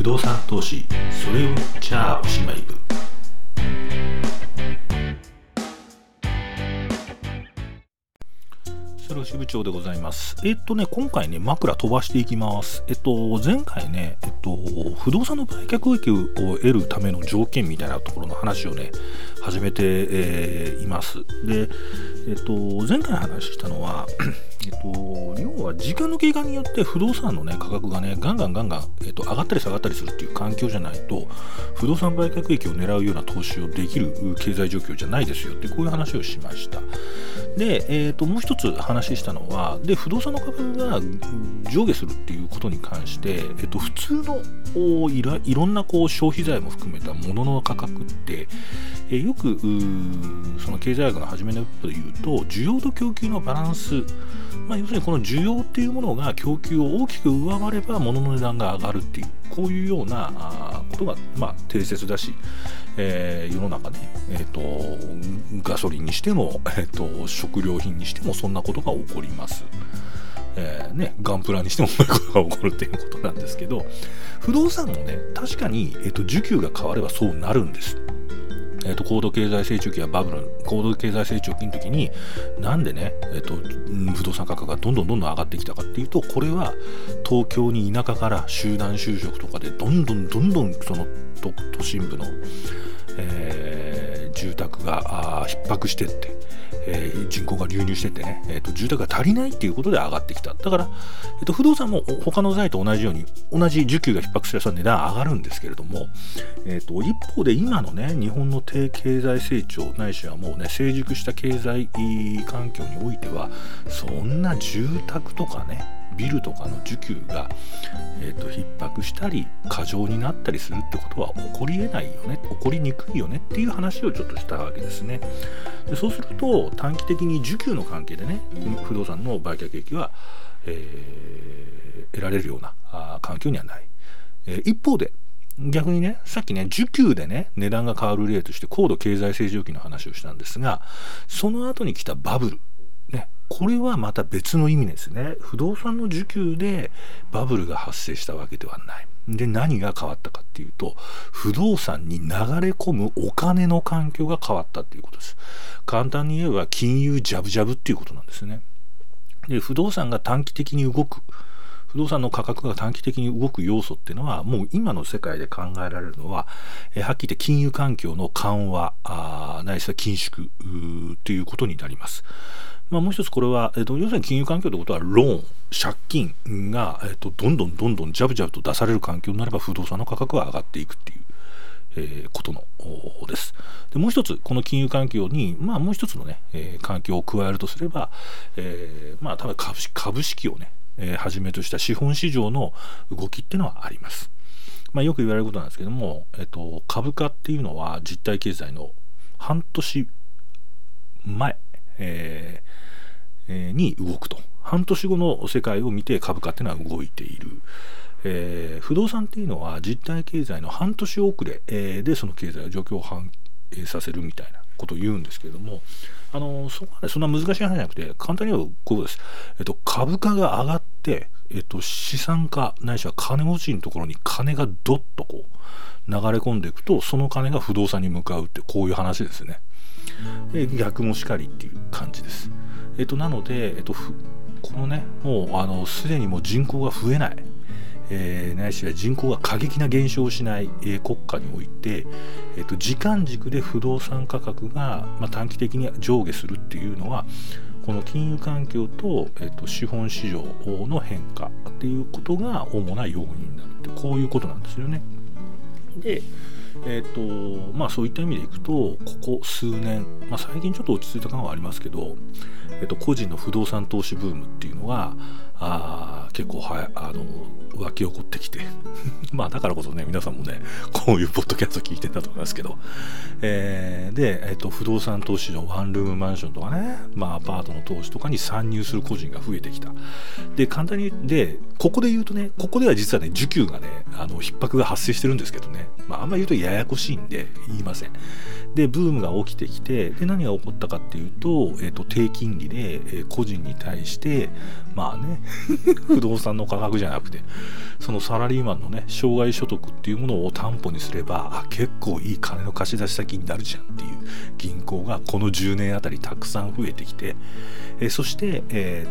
不動産投資それをじゃあおしまい部。支部長でございます。今回ね、枕飛ばしていきます。前回ね、不動産の売却益を得るための条件みたいなところの話をね、始めて、います。で、前回話したのは、要は時間の経過によって不動産のね、価格がね、ガンガン、上がったり下がったりするっていう環境じゃないと、不動産売却益を狙うような投資をできる経済状況じゃないですよってこういう話をしました。で、もう一つ話したのは、で不動産の価格が上下するっていうことに関して、普通のいろんな消費財も含めたものの価格って、よくその経済学の初めの一歩で言うと、需要と供給のバランス、要するにこの需要っていうものが供給を大きく上回れば物の値段が上がるっていう、こういうようなことが定説だし、世の中ね、ガソリンにしても、食料品にしてもそんなことが起こります。ガンプラにしてもこういうことが起こるっていうことなんですけど、不動産もね、確かに、需給が変わればそうなるんです。高度経済成長期やバブル、高度経済成長期の時になんでね、不動産価格がどんどん上がってきたかっていうと、これは東京に田舎から集団就職とかでどんどんその都心部の、住宅が逼迫してって、人口が流入してってね、住宅が足りないっていうことで上がってきた。だから、不動産も他の財と同じように同じ需給が逼迫すれば値段上がるんですけれども、一方で今のね、日本の低経済成長ないしはもうね、成熟した経済環境においては、そんな住宅とかね、ビルとかの需給が、逼迫したり過剰になったりするってことは起こりえないよね、起こりにくいよねっていう話をちょっとしたわけですね。でそうすると短期的に需給の関係でね、不動産の売却益は、得られるような環境にはない。一方で逆にね、さっきね、需給でね、値段が変わる例として高度経済成長期の話をしたんですが、その後に来たバブルね、これはまた別の意味ですね。不動産の需給でバブルが発生したわけではない。で、何が変わったかっていうと、不動産に流れ込むお金の環境が変わったっていうことです。簡単に言えば金融ジャブジャブっていうことなんですね。で、不動産が短期的に動く、不動産の価格が短期的に動く要素っていうのは、もう今の世界で考えられるのは、はっきり言って金融環境の緩和ないしは緊縮っていうことになります。もう一つこれは、要するに金融環境ということはローン、借金が、どんどんジャブジャブと出される環境になれば不動産の価格は上がっていくっていう、ことのです。でもう一つこの金融環境に、もう一つのね、環境を加えるとすれば、多分株式をね、はじめとした資本市場の動きっていうのはあります。よく言われることなんですけども、株価っていうのは実体経済の半年前、に動くと。半年後の世界を見て株価っていうのは動いている。不動産っていうのは実体経済の半年遅れ、でその経済の状況を反映させるみたいなことを言うんですけれども、そこはね、そんな難しい話じゃなくて、簡単に言うとこういうことです。株価が上がって、資産家ないしは金持ちのところに金がどっと流れ込んでいくと、その金が不動産に向かうって、こういう話ですね。で逆もしかりっていう感じです。なので、このね、もうすでにもう人口が増えない、ないしは人口が過激な減少をしない、国家において、時間軸で不動産価格が、短期的に上下するっていうのは、この金融環境と、資本市場の変化っていうことが主な要因になるって、こういうことなんですよね。でそういった意味でいくと、ここ数年、最近ちょっと落ち着いた感はありますけど、個人の不動産投資ブームっていうのが結構湧き起こってきてだからこそね、皆さんもね、こういうポッドキャスト聞いてんだと思いますけど、で、不動産投資のワンルームマンションとかね、アパートの投資とかに参入する個人が増えてきた。で、簡単にでここで言うとね、ここでは実はね、需給がね、逼迫が発生してるんですけどね、あんまり言うとややこしいんで言いません。で、ブームが起きてきて、で、何が起こったかっていうと、低金利で、個人に対して不動産の価格じゃなくて、そのサラリーマンのね生涯所得っていうものを担保にすれば結構いい金の貸し出し先になるじゃんっていう銀行がこの10年あたりたくさん増えてきて、そして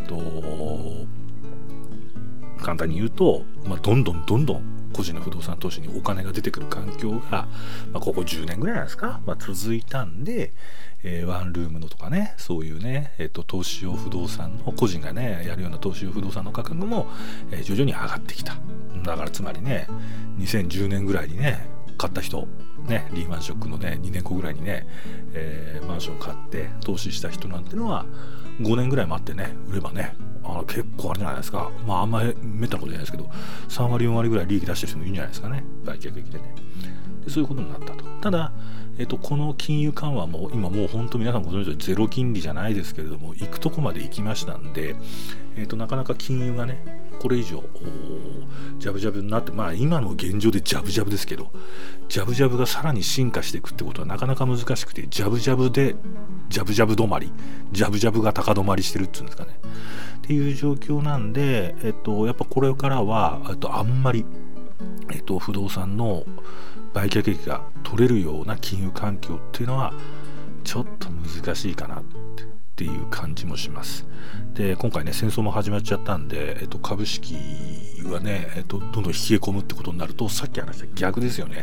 簡単に言うと、どんどん個人の不動産投資にお金が出てくる環境が、ここ10年ぐらいなんですか、続いたんで、ワンルームのとかね、そういうね、投資用不動産の個人がねやるような投資用不動産の価格も、徐々に上がってきた。だからつまりね、2010年ぐらいにね買った人ね、リーマンショックのね2年後ぐらいにね、マンション買って投資した人なんてのは5年ぐらい待ってね売ればね、結構あれじゃないですか、あんまりめったことじゃないですけど3割4割ぐらい利益出してる人もいるんじゃないですかね、売却益でね。でそういうことになったと。ただ、この金融緩和も今もう本当皆さんご存知のゼロ金利じゃないですけれども行くとこまで行きましたんで、なかなか金融がねこれ以上ジャブジャブになって、今の現状でジャブジャブですけど、ジャブジャブがさらに進化していくってことはなかなか難しくて、ジャブジャブでジャブジャブ止まり、ジャブジャブが高止まりしてるっていうんですかねっていう状況なんで、やっぱこれからはあんまり、不動産の売却益が取れるような金融環境っていうのはちょっと難しいかなっていう感じもします。で今回ね戦争も始まっちゃったんで、株式はね、どんどん冷え込むってことになると、さっき話した逆ですよね。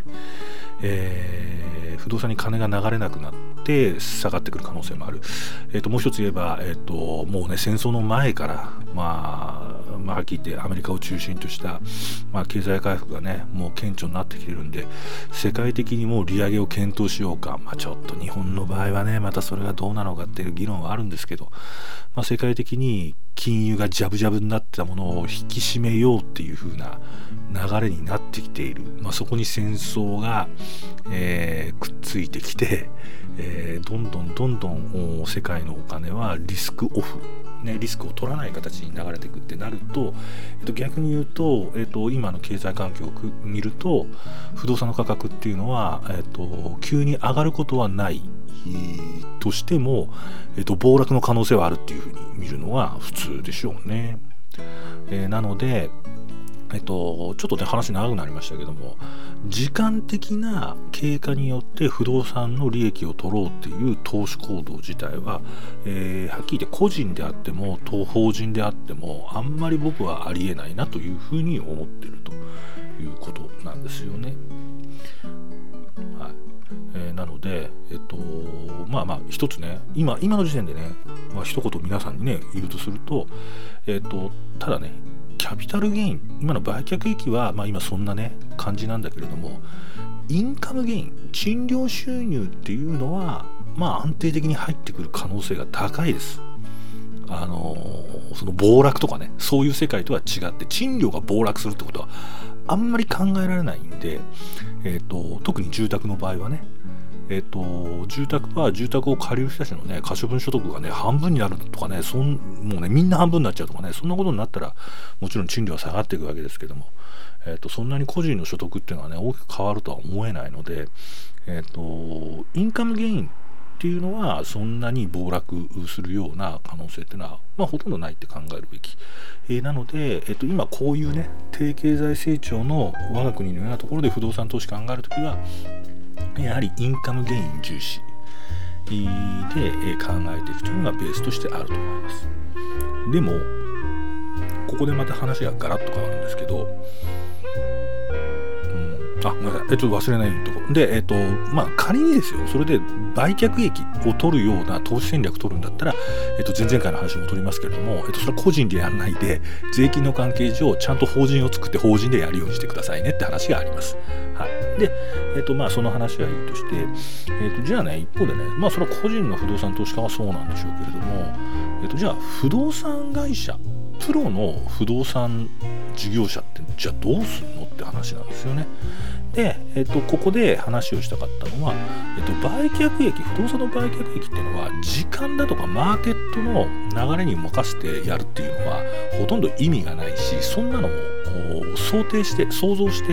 不動産に金が流れなくなって下がってくる可能性もある。もう一つ言えば、もうね戦争の前からはっきり言ってアメリカを中心とした、経済回復がねもう顕著になってきてるんで、世界的にもう利上げを検討しようか、ちょっと日本の場合はねまたそれがどうなのかっていう議論はあるんですけど、世界的に金融がジャブジャブになってたものを引き締めようっていう風な流れになってきている。そこに戦争が、くっついてきて、どんどん世界のお金はリスクオフ、リスクを取らない形に流れていくってなると、逆に言うと、今の経済環境を見ると不動産の価格っていうのは、急に上がることはないとしても、暴落の可能性はあるっていうふうに見るのが普通でしょうね。なのでちょっとね話長くなりましたけども、時間的な経過によって不動産の利益を取ろうっていう投資行動自体は、はっきり言って個人であっても法人であってもあんまり僕はありえないなというふうに思っているということなんですよね。はい。なので、一つね今の時点でね、一言皆さんにね言うとすると、ただねキャピタルゲイン、今の売却益は、今そんなね感じなんだけれども、インカムゲイン、賃料収入っていうのは安定的に入ってくる可能性が高いです。その暴落とかねそういう世界とは違って、賃料が暴落するってことはあんまり考えられないんで、特に住宅の場合はね、住宅を借りる人たちのね可処分所得がね半分になるとかね、もうねみんな半分になっちゃうとかね、そんなことになったらもちろん賃料は下がっていくわけですけども、そんなに個人の所得っていうのはね大きく変わるとは思えないので、インカムゲインっていうのはそんなに暴落するような可能性っていうのは、ほとんどないって考えるべき、なので、今こういうね低経済成長の我が国のようなところで不動産投資考えるときはやはりインカムゲイン重視で考えていくというのがベースとしてあると思います。でもここでまた話がガラッと変わるんですけど、ごめんなさい、ちょっと忘れないようにとこで、仮にですよ、それで売却益を取るような投資戦略取るんだったら、前々回の話に戻りますけれども、それは個人でやらないで税金の関係上ちゃんと法人を作って法人でやるようにしてくださいねって話があります。はい。で、その話はいいとして、じゃあね一方でね、それは個人の不動産投資家はそうなんでしょうけれども、じゃあ不動産会社、プロの不動産事業者ってじゃあどうするのって話なんですよね。で、ここで話をしたかったのは、売却益、不動産の売却益っていうのは時間だとかマーケットの流れに任せてやるっていうのはほとんど意味がないし、そんなのも想像して、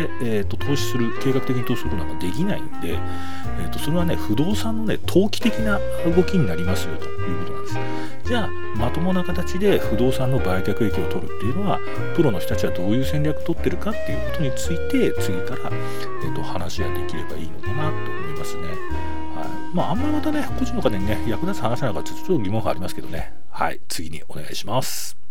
投資する、計画的に投資するなんかできないんで、それはね不動産のね投機的な動きになりますよということなんです。じゃあまともな形で不動産の売却益を取るっていうのはプロの人たちはどういう戦略を取ってるかっていうことについて次から、話ができればいいのかなと思いますね。あんまりまたね個人の方にね役立つ話なのかちょっと疑問がありますけどね。はい、次にお願いします。